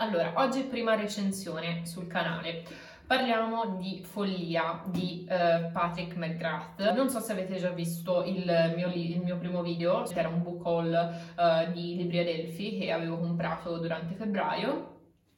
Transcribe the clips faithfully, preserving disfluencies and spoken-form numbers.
Allora, oggi prima recensione sul canale. Parliamo di Follia di uh, Patrick McGrath. Non so se avete già visto il mio, il mio primo video, era un book haul uh, di libri Adelphi che avevo comprato durante febbraio.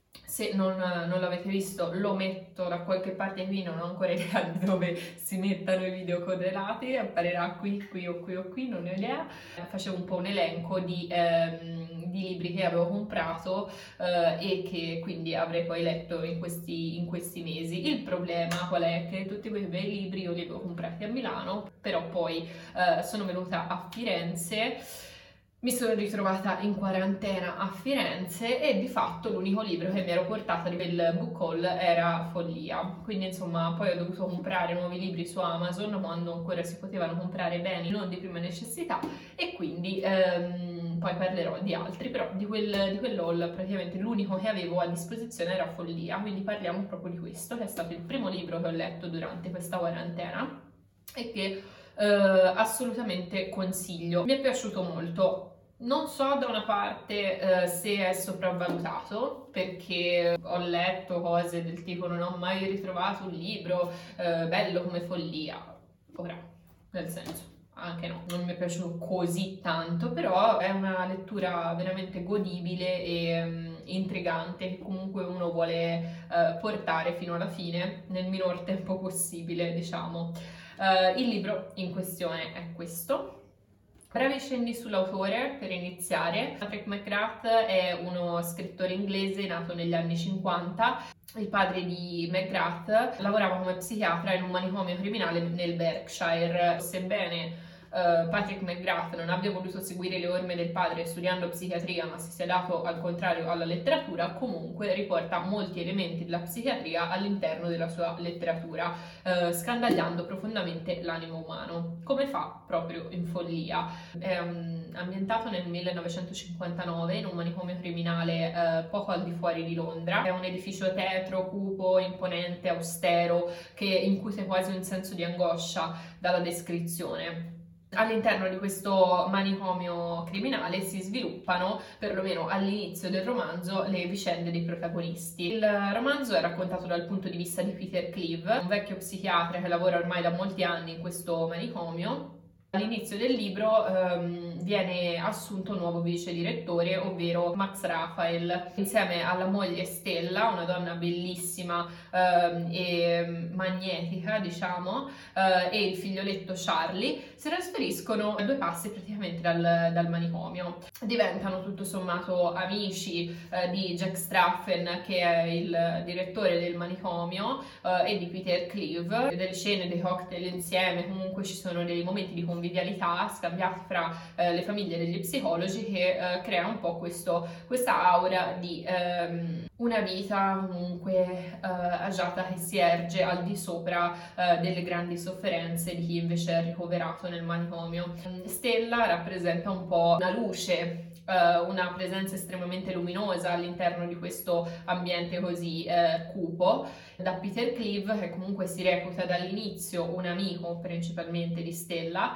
Se non, non l'avete visto lo metto da qualche parte qui, non ho ancora idea di dove si mettano i video correlati, apparirà qui, qui o qui o qui, non ne ho idea. Facevo un po' un elenco di, ehm, di libri che avevo comprato eh, e che quindi avrei poi letto in questi, in questi mesi. Il problema qual è? Che tutti quei bei libri io li avevo comprati a Milano, però poi eh, sono venuta a Firenze. Mi sono ritrovata in quarantena a Firenze e di fatto l'unico libro che mi ero portata di quel book haul era Follia. Quindi insomma poi ho dovuto comprare nuovi libri su Amazon quando ancora si potevano comprare beni non di prima necessità e quindi ehm, poi parlerò di altri, però di quel, di quell'haul praticamente l'unico che avevo a disposizione era Follia, quindi parliamo proprio di questo, che è stato il primo libro che ho letto durante questa quarantena e che eh, assolutamente consiglio. Mi è piaciuto molto. Non so da una parte eh, se è sopravvalutato, perché ho letto cose del tipo non ho mai ritrovato un libro eh, bello come Follia. Ora, nel senso, anche no, non mi è piaciuto così tanto, però è una lettura veramente godibile e um, intrigante che comunque uno vuole uh, portare fino alla fine, nel minor tempo possibile, diciamo. Uh, il libro in questione è questo. Brevi cenni sull'autore per iniziare. Patrick McGrath è uno scrittore inglese nato negli anni cinquanta. Il padre di McGrath lavorava come psichiatra in un manicomio criminale nel Berkshire. Sebbene Uh, Patrick McGrath non abbia voluto seguire le orme del padre studiando psichiatria, ma si sia dato al contrario alla letteratura, comunque riporta molti elementi della psichiatria all'interno della sua letteratura, uh, scandagliando profondamente l'animo umano, come fa proprio in Follia. È um, ambientato nel millenovecentocinquantanove in un manicomio criminale uh, poco al di fuori di Londra. È un edificio tetro, cupo, imponente, austero, che incute quasi un senso di angoscia dalla descrizione. All'interno di questo manicomio criminale si sviluppano, perlomeno all'inizio del romanzo, le vicende dei protagonisti. Il romanzo è raccontato dal punto di vista di Peter Cleave, un vecchio psichiatra che lavora ormai da molti anni in questo manicomio. All'inizio del libro ehm, viene assunto un nuovo vice direttore, ovvero Max Raphael, insieme alla moglie Stella, una donna bellissima ehm, e magnetica, diciamo, eh, e il figlioletto Charlie, si trasferiscono a due passi praticamente dal, dal manicomio. Diventano tutto sommato amici eh, di Jack Straffen, che è il direttore del manicomio, eh, e di Peter Cleave. Delle scene, dei cocktail insieme, comunque ci sono dei momenti di convivialità scambiati fra eh, le famiglie degli psicologi che eh, crea un po' questo, questa aura di ehm, una vita comunque eh, agiata che si erge al di sopra eh, delle grandi sofferenze di chi invece è ricoverato nel manicomio. Stella rappresenta un po' una luce, Uh, una presenza estremamente luminosa all'interno di questo ambiente così uh, cupo. Da Peter Cleave, che comunque si reputa dall'inizio un amico principalmente di Stella,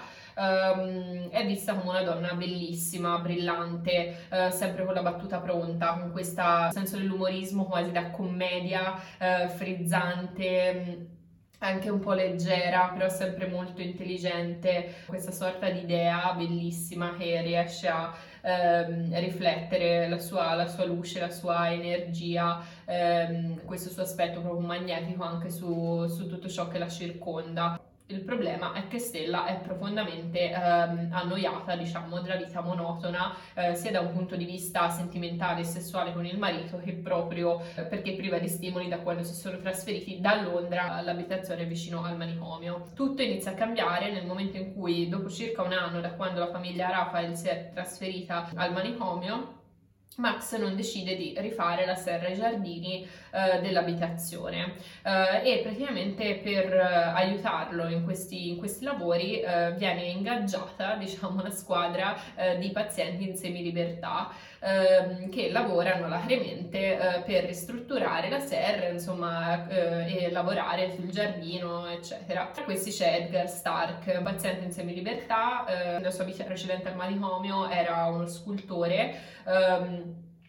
um, è vista come una donna bellissima, brillante, uh, sempre con la battuta pronta, con questo senso dell'umorismo quasi da commedia uh, frizzante, anche un po' leggera, però sempre molto intelligente, questa sorta di idea bellissima che riesce a ehm, riflettere la sua, la sua luce, la sua energia, ehm, questo suo aspetto proprio magnetico anche su, su tutto ciò che la circonda. Il problema è che Stella è profondamente ehm, annoiata, diciamo, della vita monotona, eh, sia da un punto di vista sentimentale e sessuale con il marito, che proprio eh, perché priva di stimoli da quando si sono trasferiti da Londra all'abitazione vicino al manicomio. Tutto inizia a cambiare nel momento in cui, dopo circa un anno da quando la famiglia Raphael si è trasferita al manicomio, Max non decide di rifare la serra ai giardini eh, dell'abitazione eh, e praticamente per eh, aiutarlo in questi, in questi lavori eh, viene ingaggiata, diciamo, una squadra eh, di pazienti in semilibertà eh, che lavorano alacremente eh, per ristrutturare la serra, insomma, eh, e lavorare sul giardino, eccetera. Tra questi c'è Edgar Stark, paziente in semilibertà. Eh, la sua vita precedente al manicomio era uno scultore. Um,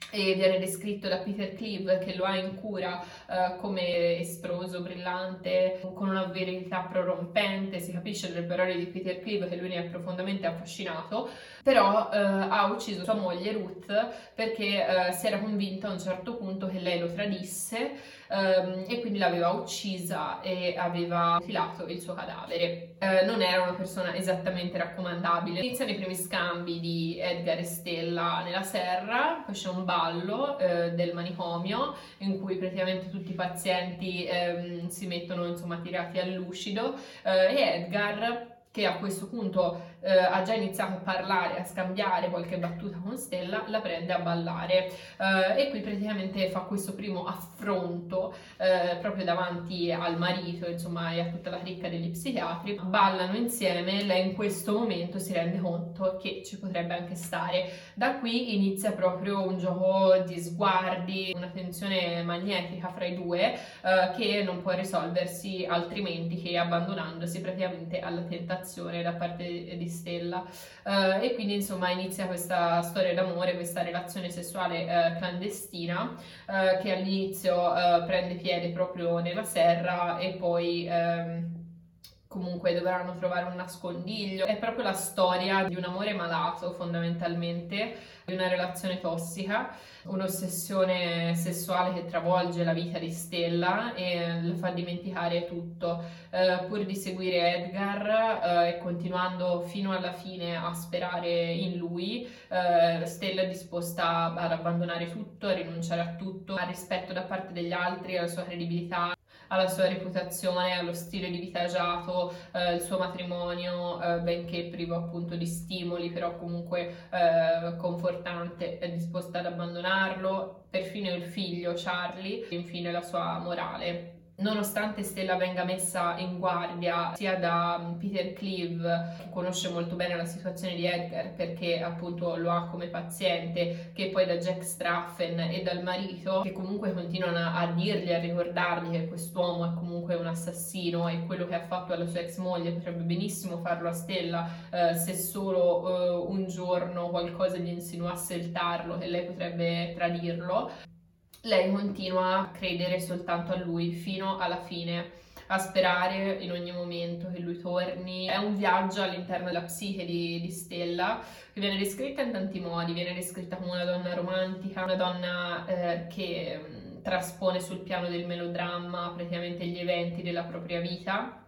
e viene descritto da Peter Cleave che lo ha in cura uh, come esploso, brillante, con una virilità prorompente. Si capisce dalle parole di Peter Cleave che lui ne è profondamente affascinato, però uh, ha ucciso sua moglie Ruth perché uh, si era convinto a un certo punto che lei lo tradisse, um, e quindi l'aveva uccisa e aveva mutilato il suo cadavere. Uh, non era una persona esattamente raccomandabile. Iniziano i primi scambi di Edgar e Stella nella serra, poi c'è un ballo eh, del manicomio in cui praticamente tutti i pazienti ehm, si mettono insomma tirati al lucido, eh, e Edgar, che a questo punto eh, ha già iniziato a parlare, a scambiare qualche battuta con Stella, la prende a ballare, eh, e qui praticamente fa questo primo affronto eh, proprio davanti al marito, insomma, e a tutta la cricca degli psichiatri. Ballano insieme, lei in questo momento si rende conto che ci potrebbe anche stare. Da qui inizia proprio un gioco di sguardi, una tensione magnetica fra i due eh, che non può risolversi altrimenti che abbandonandosi praticamente alla tentazione da parte di Stella, uh, e quindi insomma inizia questa storia d'amore, questa relazione sessuale uh, clandestina uh, che all'inizio uh, prende piede proprio nella serra e poi um, comunque dovranno trovare un nascondiglio. È proprio la storia di un amore malato, fondamentalmente, di una relazione tossica, un'ossessione sessuale che travolge la vita di Stella e la fa dimenticare tutto. Eh, pur di seguire Edgar eh, e continuando fino alla fine a sperare in lui, eh, Stella è disposta ad abbandonare tutto, a rinunciare a tutto, al rispetto da parte degli altri, alla sua credibilità, alla sua reputazione, allo stile di vita agiato, eh, il suo matrimonio, eh, benché privo appunto di stimoli, però comunque eh, confortante, è disposta ad abbandonarlo, perfino il figlio Charlie, e infine la sua morale. Nonostante Stella venga messa in guardia sia da Peter Cleave, che conosce molto bene la situazione di Edgar perché appunto lo ha come paziente, che poi da Jack Straffen e dal marito, che comunque continuano a dirgli, a ricordargli che quest'uomo è comunque un assassino e quello che ha fatto alla sua ex moglie potrebbe benissimo farlo a Stella eh, se solo eh, un giorno qualcosa gli insinuasse il tarlo, che lei potrebbe tradirlo. Lei continua a credere soltanto a lui fino alla fine, a sperare in ogni momento che lui torni. È un viaggio all'interno della psiche di, di Stella, che viene descritta in tanti modi. Viene descritta come una donna romantica, una donna eh, che mh, traspone sul piano del melodramma praticamente gli eventi della propria vita.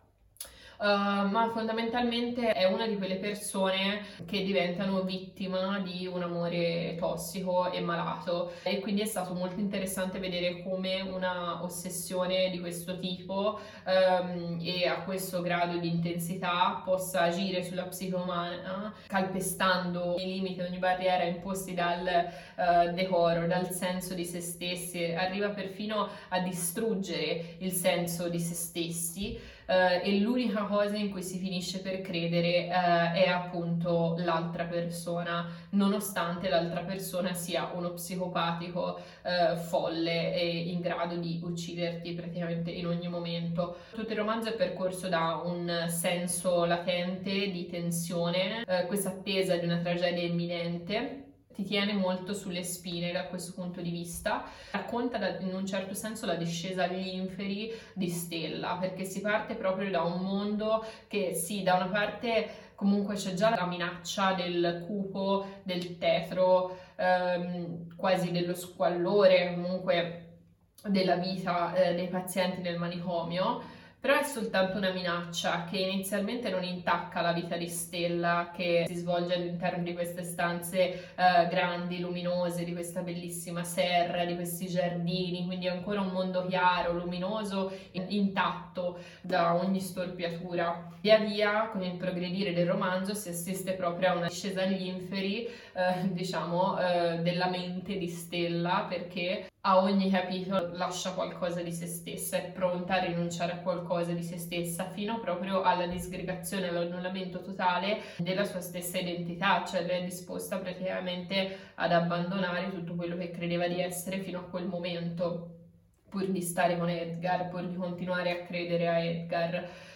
Uh, ma fondamentalmente è una di quelle persone che diventano vittima di un amore tossico e malato, e quindi è stato molto interessante vedere come una ossessione di questo tipo um, e a questo grado di intensità possa agire sulla psiche umana, calpestando i limiti, ogni barriera imposti dal uh, decoro, dal senso di se stessi, arriva perfino a distruggere il senso di se stessi. Uh, e l'unica cosa in cui si finisce per credere uh, è appunto l'altra persona, nonostante l'altra persona sia uno psicopatico uh, folle e in grado di ucciderti praticamente in ogni momento. Tutto il romanzo è percorso da un senso latente di tensione, uh, questa attesa di una tragedia imminente. Ti tiene molto sulle spine da questo punto di vista, racconta da, in un certo senso la discesa agli inferi di Stella, perché si parte proprio da un mondo che sì, da una parte comunque c'è già la minaccia del cupo, del tetro, ehm, quasi dello squallore comunque della vita eh, dei pazienti nel manicomio, però è soltanto una minaccia che inizialmente non intacca la vita di Stella, che si svolge all'interno di queste stanze eh, grandi, luminose, di questa bellissima serra, di questi giardini, quindi è ancora un mondo chiaro, luminoso, intatto da ogni storpiatura. Via via, con il progredire del romanzo, si assiste proprio a una discesa agli inferi, eh, diciamo, eh, della mente di Stella, perché a ogni capitolo lascia qualcosa di se stessa, è pronta a rinunciare a qualcosa di se stessa, fino proprio alla disgregazione, all'annullamento totale della sua stessa identità, cioè lei è disposta praticamente ad abbandonare tutto quello che credeva di essere fino a quel momento, pur di stare con Edgar, pur di continuare a credere a Edgar.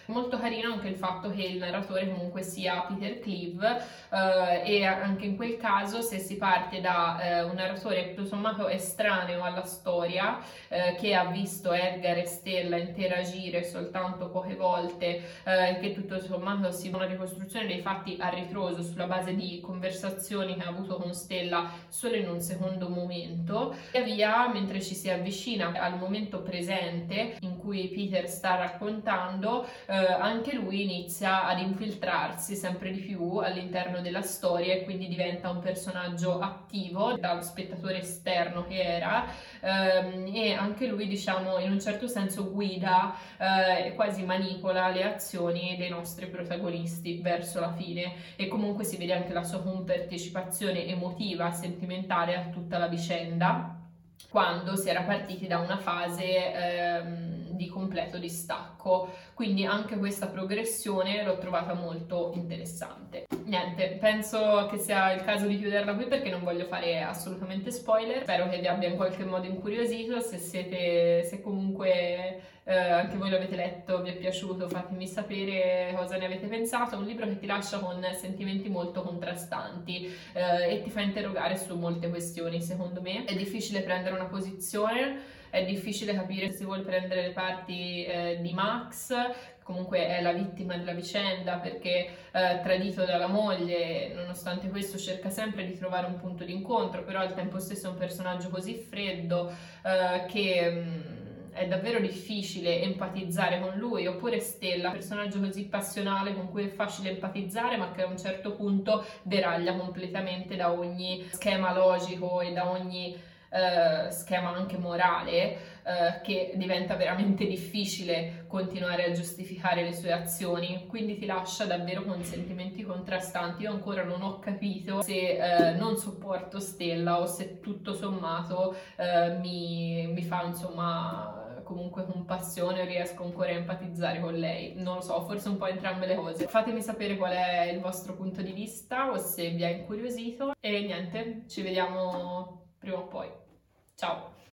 Molto carino anche il fatto che il narratore comunque sia Peter Cleave, eh, e anche in quel caso, se si parte da eh, un narratore tutto sommato estraneo alla storia, eh, che ha visto Edgar e Stella interagire soltanto poche volte, eh, che tutto sommato si fa una ricostruzione dei fatti a ritroso sulla base di conversazioni che ha avuto con Stella solo in un secondo momento, e via mentre ci si avvicina al momento presente in cui Peter sta raccontando, eh, anche lui inizia ad infiltrarsi sempre di più all'interno della storia e quindi diventa un personaggio attivo dallo spettatore esterno che era, ehm, e anche lui, diciamo, in un certo senso guida e eh, quasi manipola le azioni dei nostri protagonisti verso la fine, e comunque si vede anche la sua compartecipazione emotiva, sentimentale a tutta la vicenda, quando si era partiti da una fase ehm, di completo distacco. Quindi anche questa progressione l'ho trovata molto interessante. Niente, penso che sia il caso di chiuderla qui perché non voglio fare assolutamente spoiler. Spero che vi abbia in qualche modo incuriosito. Se siete, se comunque eh, anche voi l'avete letto, vi è piaciuto, fatemi sapere cosa ne avete pensato. È un libro che ti lascia con sentimenti molto contrastanti eh, e ti fa interrogare su molte questioni, secondo me. È difficile prendere una posizione, è difficile capire se si vuole prendere le parti eh, di Max, comunque è la vittima della vicenda perché eh, tradito dalla moglie, nonostante questo cerca sempre di trovare un punto di incontro, però al tempo stesso è un personaggio così freddo eh, che mh, è davvero difficile empatizzare con lui. Oppure Stella, un personaggio così passionale con cui è facile empatizzare ma che a un certo punto deraglia completamente da ogni schema logico e da ogni Uh, schema anche morale, uh, che diventa veramente difficile continuare a giustificare le sue azioni, quindi ti lascia davvero con sentimenti contrastanti. Io ancora non ho capito se uh, non sopporto Stella o se tutto sommato uh, mi, mi fa insomma comunque compassione o riesco ancora a empatizzare con lei. Non lo so, forse un po' entrambe le cose. Fatemi sapere qual è il vostro punto di vista o se vi ha incuriosito, e niente, ci vediamo prima o poi. Ciao!